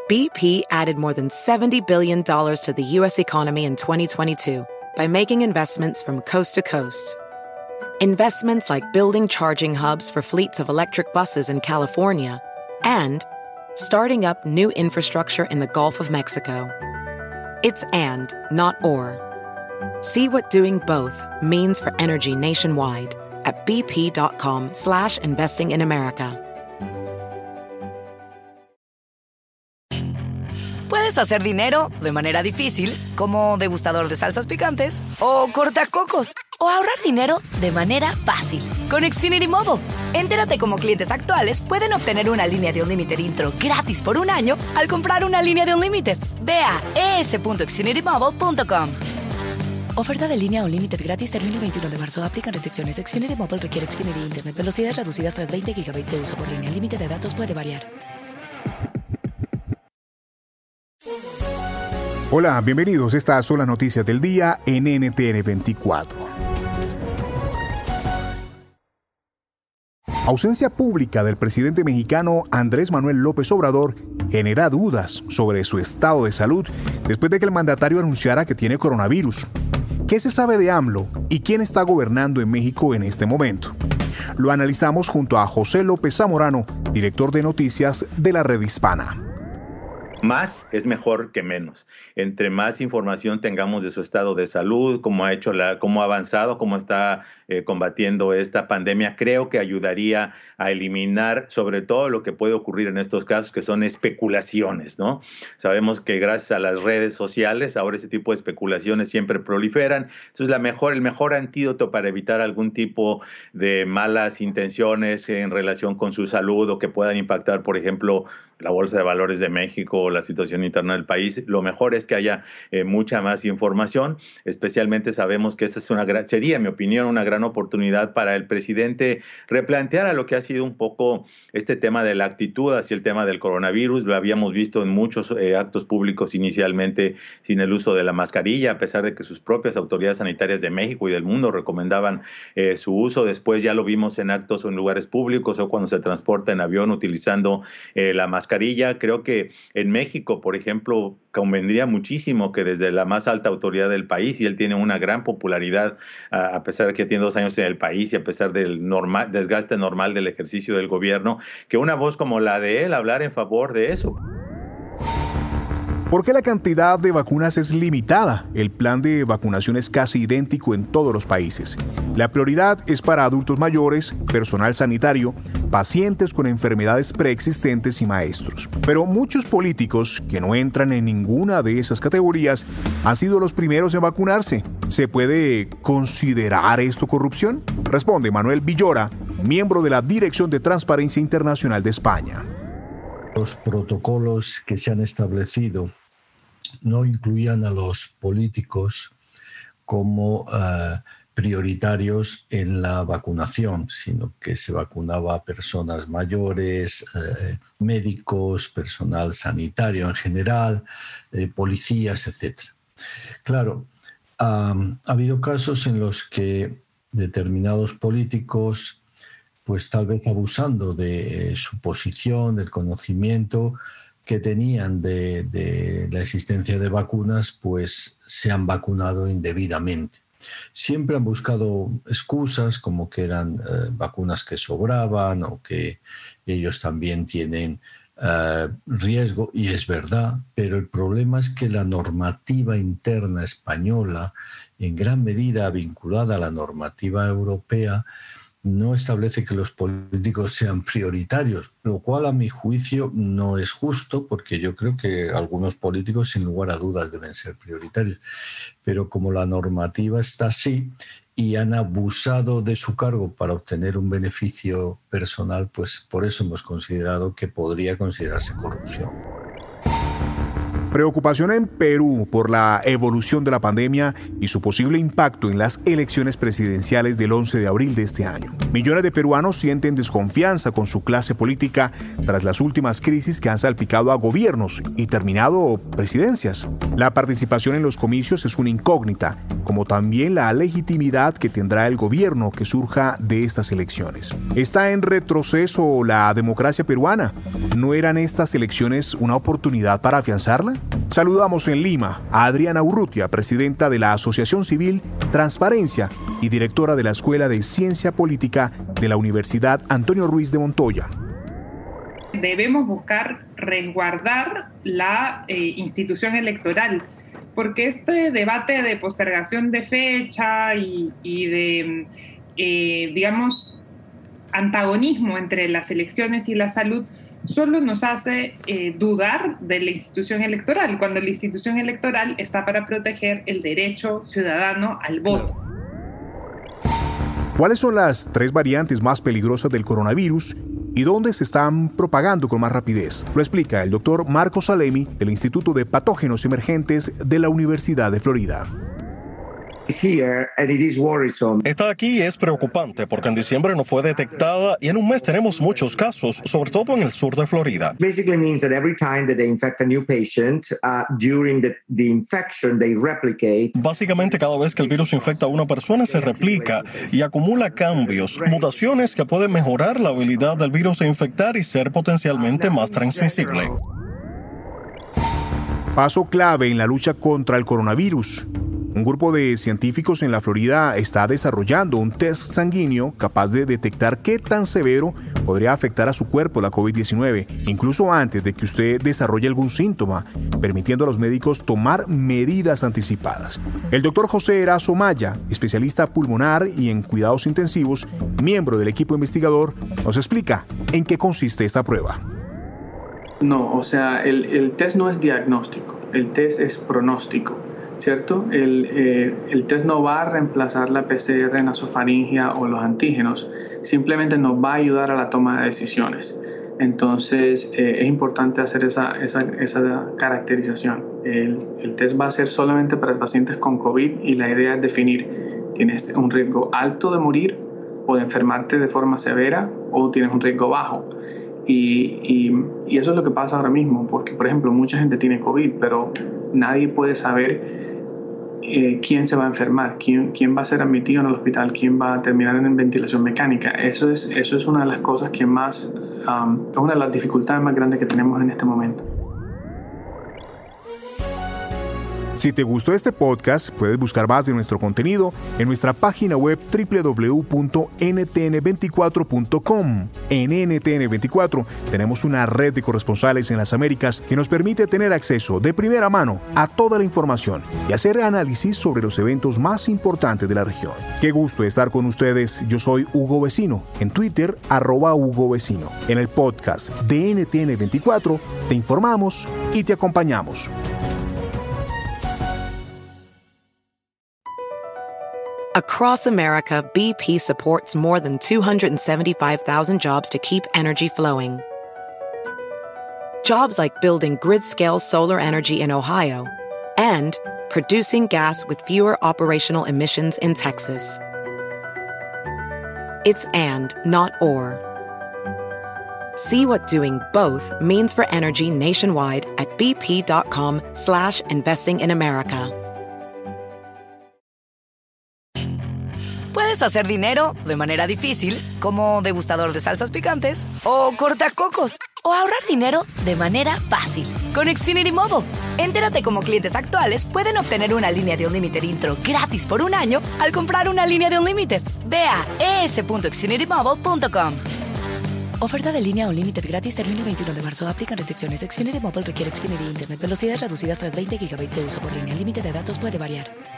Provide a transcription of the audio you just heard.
BP added more than $70 billion to the U.S. economy in 2022 by making investments from coast to coast. Investments like building charging hubs for fleets of electric buses in California and starting up new infrastructure in the Gulf of Mexico. It's and, not or. See what doing both means for energy nationwide at bp.com/investing in America. Puedes hacer dinero de manera difícil, como degustador de salsas picantes, o cortacocos, o ahorrar dinero de manera fácil con Xfinity Mobile. Entérate cómo clientes actuales pueden obtener una línea de Unlimited intro gratis por un año al comprar una línea de Unlimited. Ve a es.xfinitymobile.com. Oferta de línea Unlimited gratis termina el 21 de marzo. Aplican restricciones. Xfinity Mobile requiere Xfinity Internet. Velocidades reducidas tras 20 GB de uso por línea. El límite de datos puede variar. Hola, bienvenidos. Estas son las noticias del día en NTN 24. Ausencia pública del presidente mexicano Andrés Manuel López Obrador genera dudas sobre su estado de salud después de que el mandatario anunciara que tiene coronavirus. ¿Qué se sabe de AMLO y quién está gobernando en México en este momento? Lo analizamos junto a José López Zamorano, director de noticias de la Red Hispana. Más es mejor que menos. Entre más información tengamos de su estado de salud, cómo ha avanzado, cómo está combatiendo esta pandemia, creo que ayudaría a eliminar sobre todo lo que puede ocurrir en estos casos, que son especulaciones, ¿no? Sabemos que gracias a las redes sociales ahora ese tipo de especulaciones siempre proliferan. Entonces el mejor antídoto para evitar algún tipo de malas intenciones en relación con su salud o que puedan impactar, por ejemplo, la Bolsa de Valores de México o la situación interna del país, lo mejor es que haya mucha más información. Especialmente sabemos que esta sería, en mi opinión, una gran oportunidad para el presidente replantear a lo que ha sido un poco este tema de la actitud hacia el tema del coronavirus. Lo habíamos visto en muchos actos públicos inicialmente sin el uso de la mascarilla, a pesar de que sus propias autoridades sanitarias de México y del mundo recomendaban su uso. Después ya lo vimos en actos o en lugares públicos o cuando se transporta en avión utilizando la mascarilla. Creo que en México, por ejemplo, convendría muchísimo que desde la más alta autoridad del país, y él tiene una gran popularidad, a pesar de que tiene 2 años en el país y a pesar del desgaste normal del ejercicio del gobierno, que una voz como la de él hablar en favor de eso. ¿Por qué la cantidad de vacunas es limitada? El plan de vacunación es casi idéntico en todos los países. La prioridad es para adultos mayores, personal sanitario, pacientes con enfermedades preexistentes y maestros. Pero muchos políticos que no entran en ninguna de esas categorías han sido los primeros en vacunarse. ¿Se puede considerar esto corrupción? Responde Manuel Villora, miembro de la Dirección de Transparencia Internacional de España. Los protocolos que se han establecido no incluían a los políticos como prioritarios en la vacunación, sino que se vacunaba a personas mayores, médicos, personal sanitario en general, policías, etc. Claro, ha habido casos en los que determinados políticos, pues tal vez abusando de su posición, del conocimiento que tenían de la existencia de vacunas, pues se han vacunado indebidamente. Siempre han buscado excusas como que eran vacunas que sobraban o que ellos también tienen riesgo, y es verdad, pero el problema es que la normativa interna española, en gran medida vinculada a la normativa europea, no establece que los políticos sean prioritarios, lo cual a mi juicio no es justo, porque yo creo que algunos políticos sin lugar a dudas deben ser prioritarios. Pero como la normativa está así y han abusado de su cargo para obtener un beneficio personal, pues por eso hemos considerado que podría considerarse corrupción. Preocupación en Perú por la evolución de la pandemia y su posible impacto en las elecciones presidenciales del 11 de abril de este año. Millones de peruanos sienten desconfianza con su clase política tras las últimas crisis que han salpicado a gobiernos y terminado presidencias. La participación en los comicios es una incógnita, como también la legitimidad que tendrá el gobierno que surja de estas elecciones. ¿Está en retroceso la democracia peruana? ¿No eran estas elecciones una oportunidad para afianzarla? Saludamos en Lima a Adriana Urrutia, presidenta de la Asociación Civil Transparencia y directora de la Escuela de Ciencia Política de la Universidad Antonio Ruiz de Montoya. Debemos buscar resguardar la institución electoral, porque este debate de postergación de fecha y de, digamos, antagonismo entre las elecciones y la salud solo nos hace dudar de la institución electoral, cuando la institución electoral está para proteger el derecho ciudadano al voto. ¿Cuáles son las 3 variantes más peligrosas del coronavirus y dónde se están propagando con más rapidez? Lo explica el doctor Marco Salemi del Instituto de Patógenos Emergentes de la Universidad de Florida. Está aquí y es preocupante porque en diciembre no fue detectada y en un mes tenemos muchos casos, sobre todo en el sur de Florida. Básicamente, cada vez que el virus infecta a una persona se replica y acumula cambios, mutaciones que pueden mejorar la habilidad del virus de infectar y ser potencialmente más transmisible. Paso clave en la lucha contra el coronavirus. Un grupo de científicos en la Florida está desarrollando un test sanguíneo capaz de detectar qué tan severo podría afectar a su cuerpo la COVID-19, incluso antes de que usted desarrolle algún síntoma, permitiendo a los médicos tomar medidas anticipadas. El doctor José Erazo Maya, especialista pulmonar y en cuidados intensivos, miembro del equipo investigador, nos explica en qué consiste esta prueba. No, o sea, el test no es diagnóstico, el test es pronóstico. ¿Cierto? El test no va a reemplazar la PCR nasofaringia o los antígenos, simplemente nos va a ayudar a la toma de decisiones. Entonces es importante hacer esa caracterización. El test va a ser solamente para pacientes con COVID y la idea es definir, ¿tienes un riesgo alto de morir o de enfermarte de forma severa o tienes un riesgo bajo? Y eso es lo que pasa ahora mismo, porque por ejemplo mucha gente tiene COVID, pero nadie puede saber quién se va a enfermar, quién va a ser admitido en el hospital, quién va a terminar en ventilación mecánica. Eso es una de las cosas que más, es una de las dificultades más grandes que tenemos en este momento. Si te gustó este podcast, puedes buscar más de nuestro contenido en nuestra página web www.ntn24.com. En NTN24 tenemos una red de corresponsales en las Américas que nos permite tener acceso de primera mano a toda la información y hacer análisis sobre los eventos más importantes de la región. Qué gusto estar con ustedes. Yo soy Hugo Vecino, en Twitter @HugoVecino. En el podcast de NTN24 te informamos y te acompañamos. Across America, BP supports more than 275,000 jobs to keep energy flowing. Jobs like building grid-scale solar energy in Ohio and producing gas with fewer operational emissions in Texas. It's and, not or. See what doing both means for energy nationwide at bp.com/investing in America. Puedes hacer dinero de manera difícil, como degustador de salsas picantes, o cortacocos, o ahorrar dinero de manera fácil con Xfinity Mobile. Entérate cómo clientes actuales pueden obtener una línea de Unlimited intro gratis por un año al comprar una línea de Unlimited. Ve a es.xfinitymobile.com. Oferta de línea Unlimited gratis termina el 21 de marzo. Aplican restricciones. Xfinity Mobile requiere Xfinity Internet. Velocidades reducidas tras 20 GB de uso por línea. El límite de datos puede variar.